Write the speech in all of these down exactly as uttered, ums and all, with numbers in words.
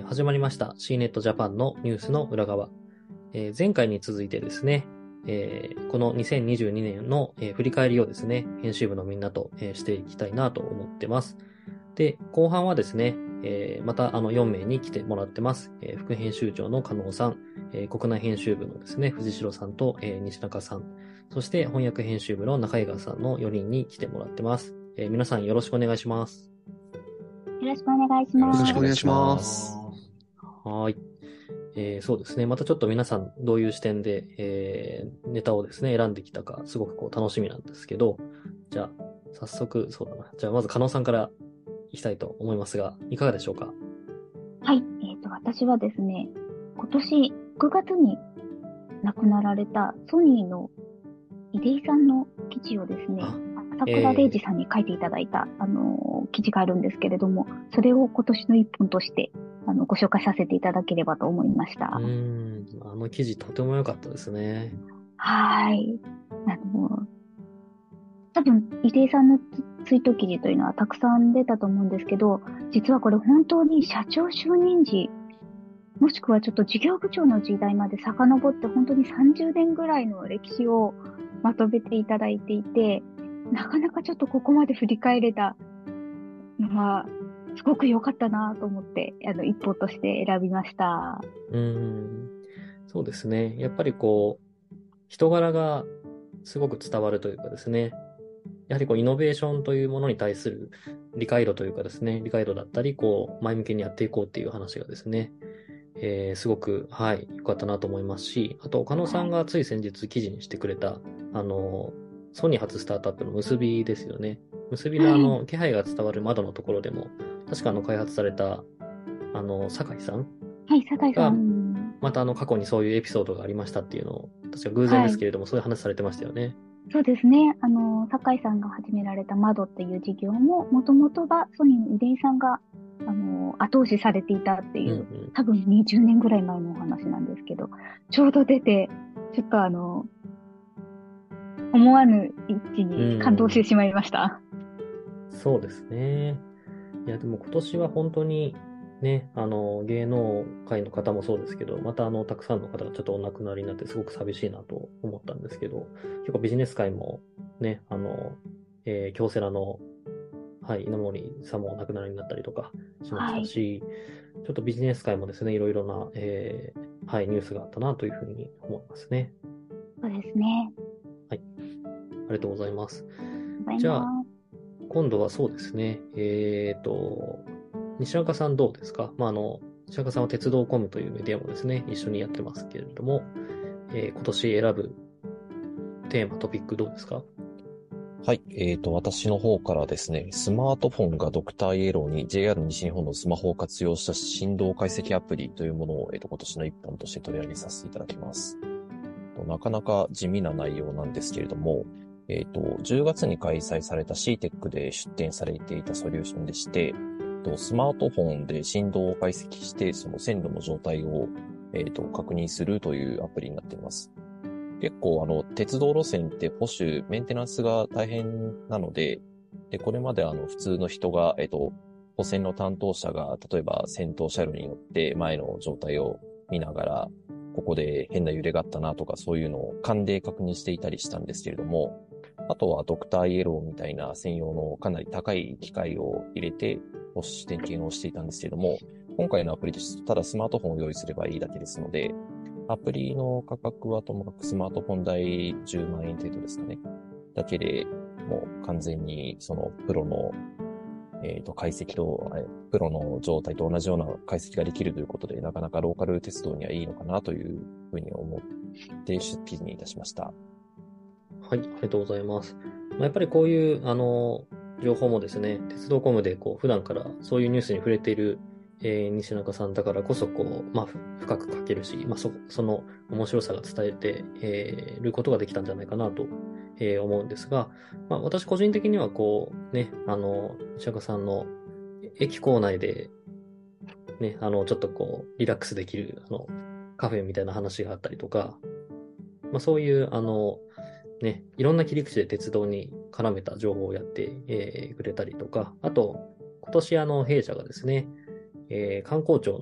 始まりました シーネット ジャパンのニュースの裏側。えー、前回に続いてですね、えー、このにせんにじゅうにねんの、えー、振り返りをですね、編集部のみんなと、えー、していきたいなと思ってます。で、後半はですね、えー、またあのよんめいに来てもらってます。えー、副編集長の加納さん、えー、国内編集部のですね、藤代さんと、えー、西中さん、そして翻訳編集部の中井川さんのよにんに来てもらってます。えー、皆さんよろしくお願いします。 よろしくお願いします。 よろしくお願いします。 はい。えー、そうですね。またちょっと皆さんどういう視点で、えー、ネタをですね、選んできたか、すごくこう楽しみなんですけど、じゃあ、早速、そうだな。じゃあ、まず加納さんからいきたいと思いますが、いかがでしょうか？ はい。えっと、私はですね、今年くがつに亡くなられたソニーの出井さんの記事をですね、朝倉玲二さんに書いていただいた、あのー、記事があるんですけれども、それを今年の一本として、あの、ご紹介させていただければと思いました。 うーん、あの記事とても良かったですね。 はい。あの、多分、出井さんのツイート記事というのはたくさん出たと思うんですけど、実はこれ本当に社長就任時、もしくはちょっと事業部長の時代まで遡って本当にさんじゅうねんぐらいの歴史をまとめていただいていて、なかなかちょっとここまで振り返れたのは、すごく良かったなと思って、あの、一歩として選びました。 うーん、そうですね。やっぱりこう、人柄がすごく伝わるというかですね、やはりこうイノベーションというものに対する理解度というかですね、理解度だったり、こう前向きにやっていこうっていう話がですね、えー、すごく、はい、良かったなと思いますし、あと、加納さんがつい先日記事にしてくれた、あの、ソニー初スタートアップの結びですよね。結びのあの、気配が伝わる窓のところでも、確かあの、開発された、あの、酒井さんはい、酒井さが、 ん。 またあの、過去にそういうエピソードがありましたっていうのを、確か偶然はい。 ですけれども、そういう話されてましたよね。 そうですね。あの、酒井さんが始められた窓っていう事業も、もともとはソニーの出井さんが、あの、後押しされていたっていう、 うんうん。 多分にじゅうねんぐらい前のお話なんですけど、ちょうど出て、ちょっとあの、思わぬ一致うに感動してん、 しまいました。 そうですね。いや、でも今年は本当にね、あの、芸能界の方もそうですけど、またあの、たくさんの方がちょっとお亡くなりになってすごく寂しいなと思ったんですけど、結構ビジネス界もね、あの、えー京セラの、はい、稲森さんもお亡くなりになったりとかしましはい。 たし、ちょっとビジネス界もですね、いろいろな、えーはい、ニュースがあったなというふうに思いますね。 そうですね。 はい、ありがとうございます。 ありがとうございじゃあ、 ます。 今度はそうですね。えっと、西中さんどうですか？まあ、あの、西中さんは鉄道コムというメディアもですね、一緒にやってますけれども、えー今年選ぶテーマ、トピックどうですか？ はい。えっと、私の方からですね、スマートフォンがドクターイエローに ジェイアール 西日本のスマホを活用した振動解析アプリというものを、えっと、今年の一本として取り上げさせていただきます。となかなか地味な内容なんですけれども、えっと、じゅうがつに開催された シーテック で出展されていたソリューションでして、とスマートフォンで振動を解析して、その線路の状態を、えっと、確認するというアプリになっています。結構あの、鉄道路線って保守、メンテナンスが大変なので、で、これまであの、普通の人が、えっと、保線の担当者が、例えば先頭車両に乗って前の状態を見ながら、ここで変な揺れがあったなとかそういうのを勘で確認していたりしたんですけれども、あとはドクターイエローみたいな専用のかなり高い機械を入れて保守点検をしていたんですけれども、今回のアプリですとただスマートフォンを用意すればいいだけですので、アプリの価格はともかくスマートフォン代じゅうまんえん程度ですかね。だけでもう完全にそのプロの、えっと、解析と、プロの状態と同じような解析ができるということで、なかなかローカル鉄道にはいいのかなというふうに思って出記にいたしました。 はい、ありがとうございます。まあやっぱりこういう、あの、情報もですね、鉄道コムでこう、普段からそういうニュースに触れている、えー西中さんだからこそ、こう、まあ、ふ深く書けるし、まあ、そ、その面白さが伝えて、えーることができたんじゃないかなと、えー思うんですが、まあ、私個人的にはこう、ね、あの、西中さんの駅構内で、ね、あの、ちょっとこう、リラックスできる、あの、カフェみたいな話があったりとか、まあ、そういう、あの、ね、いろんな切り口で鉄道に絡めた情報をやって、えーくれたりとか、あと、今年あの弊社がですね、えー観光庁の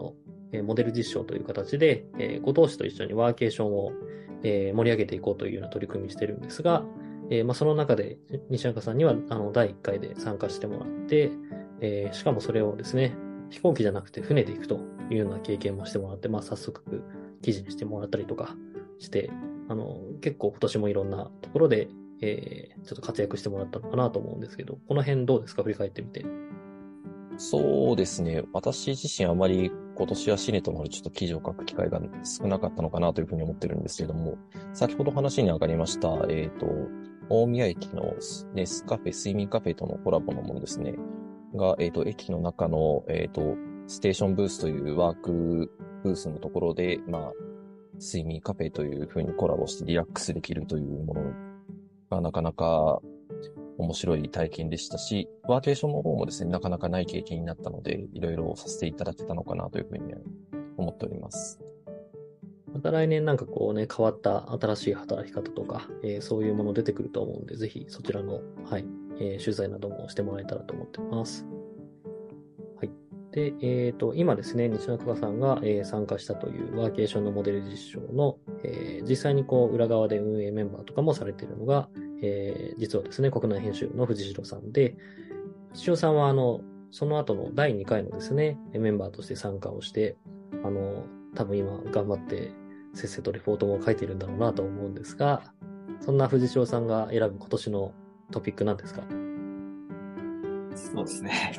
えーモデル実証という形で、えーご当市と一緒にワーケーションを、えー盛り上げていこうというような取り組みをしてるんですが、えーまあ、その中で西中さんにはあのだいいっかいで参加してもらって、えーしかもそれをですね、飛行機じゃなくて船で行くというような経験もしてもらって、まあ、早速記事にしてもらったりとかして、あの結構今年もいろんなところで、えーちょっと活躍してもらったのかなと思うんですけど、この辺どうですか、振り返ってみて。 そうですね。私自身あまり今年はシネとなるちょっと記事を書く機会が少なかったのかなというふうに思ってるんですけれども、先ほど話に上がりました、えっと、大宮駅のネスカフェ、睡眠カフェとのコラボのものですね。が、えっと、駅の中の、えっと、ステーションブースというワークブースのところで、まあ、睡眠カフェというふうにコラボしてリラックスできるというものがなかなか面白い体験でしたし、ワーケーションの方もですね、なかなかない経験になったので、いろいろさせていただけたのかなというふうに思っております。 また来年なんかこうね、変わった新しい働き方とか、えーそういうもの出てくると思うんで、ぜひそちらの、はい、えー取材などもしてもらえたらと思ってます。はい。で、えっと、今ですね、西中さんが、えー参加したというワーケーションのモデル実証の、えー実際にこう、裏側で運営メンバーとかもされているのが、えー実はですね、国内編集部の藤代さんで、藤代さんはあの、その後のだいにかいのですね、メンバーとして参加をして、あの、多分今頑張ってせっせとレポートも書いているんだろうなと思うんですが、そんな藤代さんが選ぶ今年のトピックなんですか？ そうですね。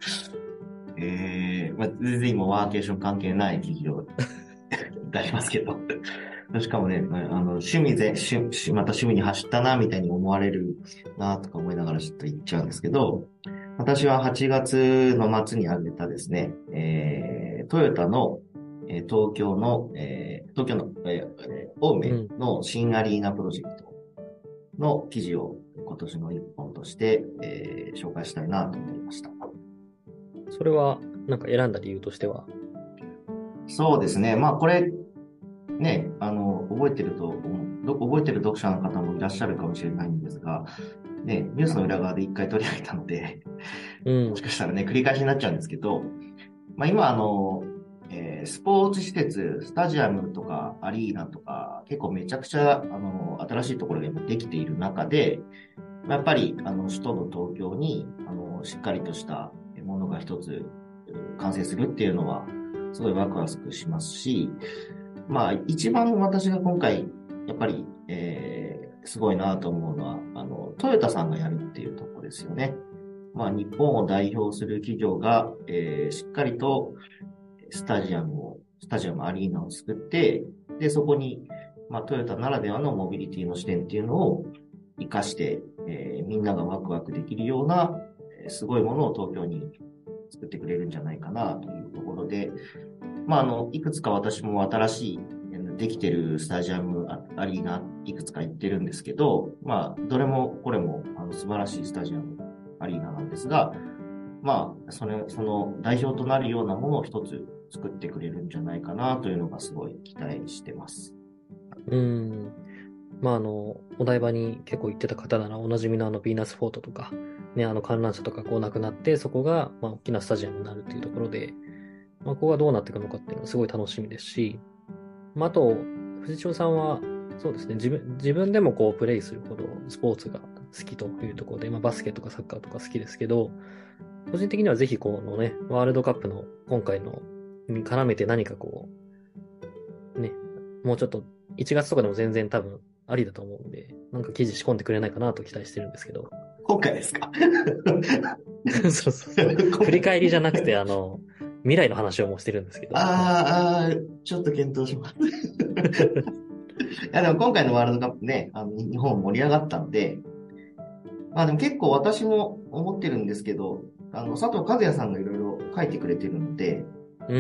えー、まあ、全然今ワーケーション関係ない記事を出しますけど。しかもね、あの、趣味で、趣、また趣味に走ったな、みたいに思われるな、とか思いながらちょっと言っちゃうんですけど、私ははちがつの末に挙げたですね、えー、トヨタの、えー東京の、えー東京の、えーえー青梅の新アリーナプロジェクトの記事を今年の一本として、えー紹介したいなと思いました。 それはなんか選んだ理由としては？ そうですね。まあこれ、ね、あの、覚えてると、ど覚えてる読者の方もいらっしゃるかもしれないんですが、ね、ニュースの裏側で一回取り上げたので、 うんもし。かしたらね、繰り返しになっちゃうんですけど、まあ今あの、えースポーツ施設、スタジアムとかアリーナとか、結構めちゃくちゃ、あの、新しいところが今できている中で、まあやっぱり、あの、首都の東京に、あの、しっかりとしたものが一つ完成するっていうのは、すごいワクワクしますし、まあ、一番私が今回、やっぱり、えー、すごいなと思うのは、あの、トヨタさんがやるっていうところですよね。まあ、日本を代表する企業が、えー、しっかりと、スタジアムを、スタジアムアリーナを作って、で、そこに、まあ、トヨタならではのモビリティの視点っていうのを活かして、えー、みんながワクワクできるような、えーすごいものを東京に作ってくれるんじゃないかなというところで、まあ、あの、いくつか私も新しい、できてるスタジアム、アリーナ、いくつか行ってるんですけど、まあ、どれもこれもあの素晴らしいスタジアム、アリーナなんですが、まあ、それ、その代表となるようなものを一つ作ってくれるんじゃないかなというのがすごい期待してます。 うーん。まあ、あの、お台場に結構行ってた方ならおなじみのあのヴィーナスフォートとか、ね、あの観覧車とかこうなくなって、そこが、まあ、大きなスタジアムになるっていうところで、まあ、ここがどうなっていくのかっていうのはすごい楽しみですし、まあ、あと、藤代さんは、そうですね、自分、自分でもこうプレイするほどスポーツが好きというところで、まあ、バスケとかサッカーとか好きですけど、個人的にはぜひこのね、ワールドカップの今回のに絡めて何かこう、ね、もうちょっといちがつとかでも全然多分ありだと思うんで、なんか記事仕込んでくれないかなと期待してるんですけど。 今回ですか？ そうそうそう。振り返りじゃなくて、あの、未来の話をもうしてるんですけど。 あーあー、ちょっと検討します。いや、でも今回のワールドカップね、あの、日本盛り上がったんで、まあでも結構私も思ってるんですけど、あの、佐藤和也さんがいろいろ書いてくれてるので、 うん。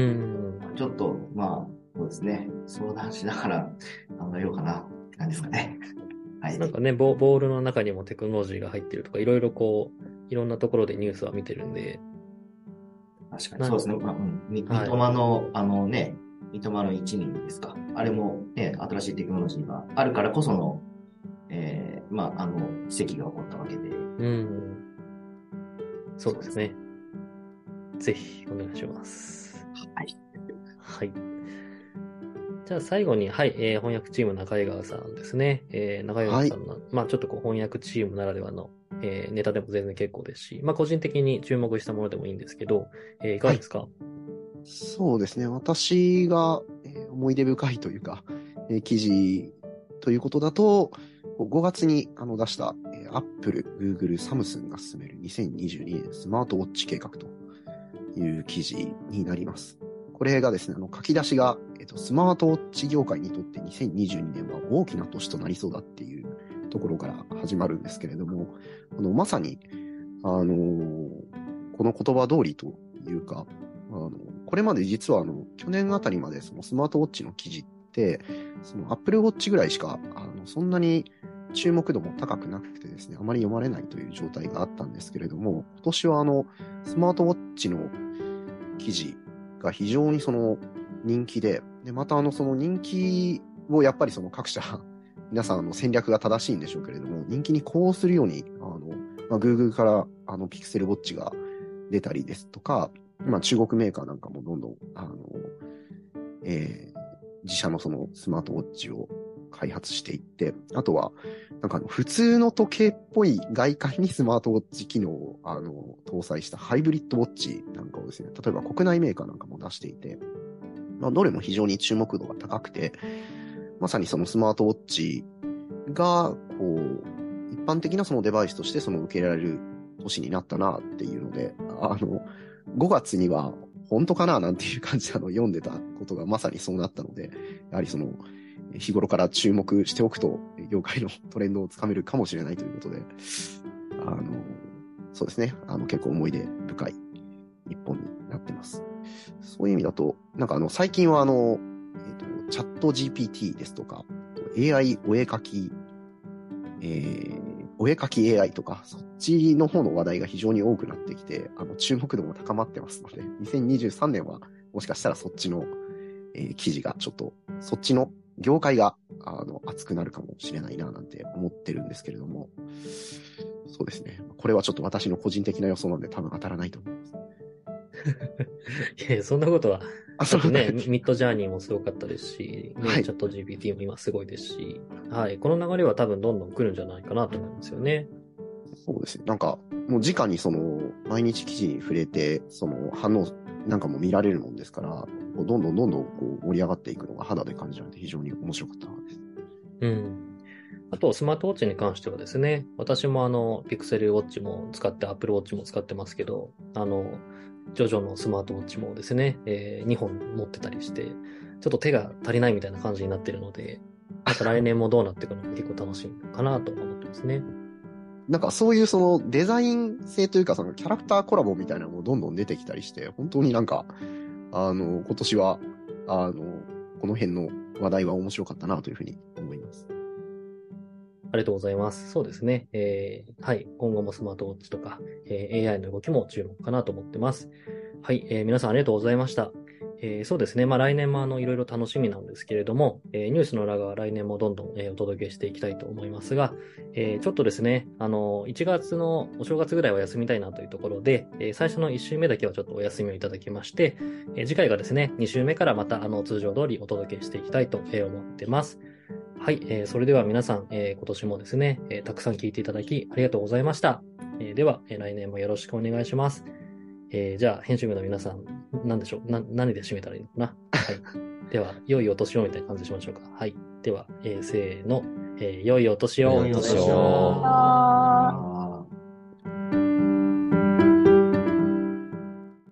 ちょっと、まあ、そうですね、相談しながら考えようかなって感じですかね。はい。 なんかね、ボ、ボールの中にもテクノロジーが入ってるとか、いろいろこう、いろんなところでニュースは見てるんで。 確かにそうですね。まあ、うん。みはい三笘の、あのね、三笘の一人ですか。あれもね、新しいテクノロジーがあるからこその、えー、まあ、あの、奇跡が起こったわけで。 うん。そうですね。ぜひ、お願いします。 はい。 はい。じゃあ最後に、はい、えー、翻訳チーム中井川さんですね。えー、中井川さんの、はい、まあちょっとこう翻訳チームならではの、えー、ネタでも全然結構ですし、まあ個人的に注目したものでもいいんですけど、えー、いかがですか？はい、 そうですね。私が、えー、思い出深いというか、えー、記事ということだと、ごがつにあの出した、えー、Apple、Google、サムスンが進めるにせんにじゅうにねんスマートウォッチ計画という記事になります。これがですね、あの書き出しが、えっと、スマートウォッチ業界にとってにせんにじゅうにねんは大きな年となりそうだっていうところから始まるんですけれども、あのまさに、あのー、この言葉通りというか、あのこれまで実はあの去年あたりまでそのスマートウォッチの記事ってその Apple Watch ぐらいしかあのそんなに注目度も高くなくてですね、あまり読まれないという状態があったんですけれども、今年はあのスマートウォッチの記事が非常にその人気で、でまたあのその人気をやっぱりその各社皆さんの戦略が正しいんでしょうけれども、人気に呼応するようにあの、まあ、Google からあの Pixel Watch が出たりですとか、まあ、中国メーカーなんかもどんどんあの、えー、自社のそのスマートウォッチを開発していって、あとはなんかあの普通の時計っぽい外観にスマートウォッチ機能をあの搭載したハイブリッドウォッチなんかをですね、例えば国内メーカーなんかも出していて、まあ、どれも非常に注目度が高くて、まさにそのスマートウォッチがこう一般的なそのデバイスとしてその受けられる年になったなっていうので、あのごがつには本当かななんていう感じであの読んでたことがまさにそうなったので、やはりその日頃から注目しておくと業界のトレンドをつかめるかもしれないということで、あのそうですね、あの結構思い出深い一本になってます。そういう意味だと、なんかあの最近はあの、えーと、チャット ジーピーティー ですとか、エーアイ お絵描き、えー、お絵描き エーアイ とか、そっちの方の話題が非常に多くなってきて、あの注目度も高まってますので、にせんにじゅうさんねんはもしかしたらそっちの、えー、記事がちょっと、そっちの業界があの熱くなるかもしれないななんて思ってるんですけれども、そうですね。これはちょっと私の個人的な予想なんで多分当たらないと思います。 いや、そんなことは。 あ、そうね、ミッドジャーニーもすごかったですし、ね、 はい、 チャット ジーピーティー も今すごいですし、はい、この流れは多分どんどん来るんじゃないかなと思いますよね。 そうですね。なんか、もう直にその、毎日記事に触れて、その反応なんかも見られるもんですから、どんどんどんどんこう盛り上がっていくのが肌で感じられて非常に面白かったです。 うん。あと、スマートウォッチに関してはですね、私もあの、ピクセルウォッチも使って、アップルウォッチも使ってますけど、あの、ジョジョのスマートウォッチもですね、えー、にほん持ってたりして、ちょっと手が足りないみたいな感じになってるので、なんか来年もどうなっていくのか結構楽しみかなと思ってますね。 なんかそういうそのデザイン性というかそのキャラクターコラボみたいなのもどんどん出てきたりして、本当になんか、あの、今年は、あの、この辺の話題は面白かったなというふうに思います。 ありがとうございます。そうですね。えー、はい。今後もスマートウォッチとか、えー、エーアイ の動きも注目かなと思ってます。はい。えー、皆さんありがとうございました。えー、そうですね。まあ来年もあのいろいろ楽しみなんですけれども、えー、ニュースの裏側来年もどんどん、えー、お届けしていきたいと思いますが、えー、ちょっとですね、あの、いちがつのお正月ぐらいは休みたいなというところで、えー、最初のいち週目だけはちょっとお休みをいただきまして、えー、次回がですね、に週目からまたあの通常通りお届けしていきたいと思ってます。はい、えー、それでは皆さん、えー、今年もですね、えー、たくさん聞いていただきありがとうございました。えー、では、えー、来年もよろしくお願いします。えー、じゃあ、編集部の皆さん、何でしょうな、何で締めたらいいのかなはい。では、良いお年をみたいな感じでしましょうか。はい。では、えー、せーの、えー、良いお年を。 良いお年を。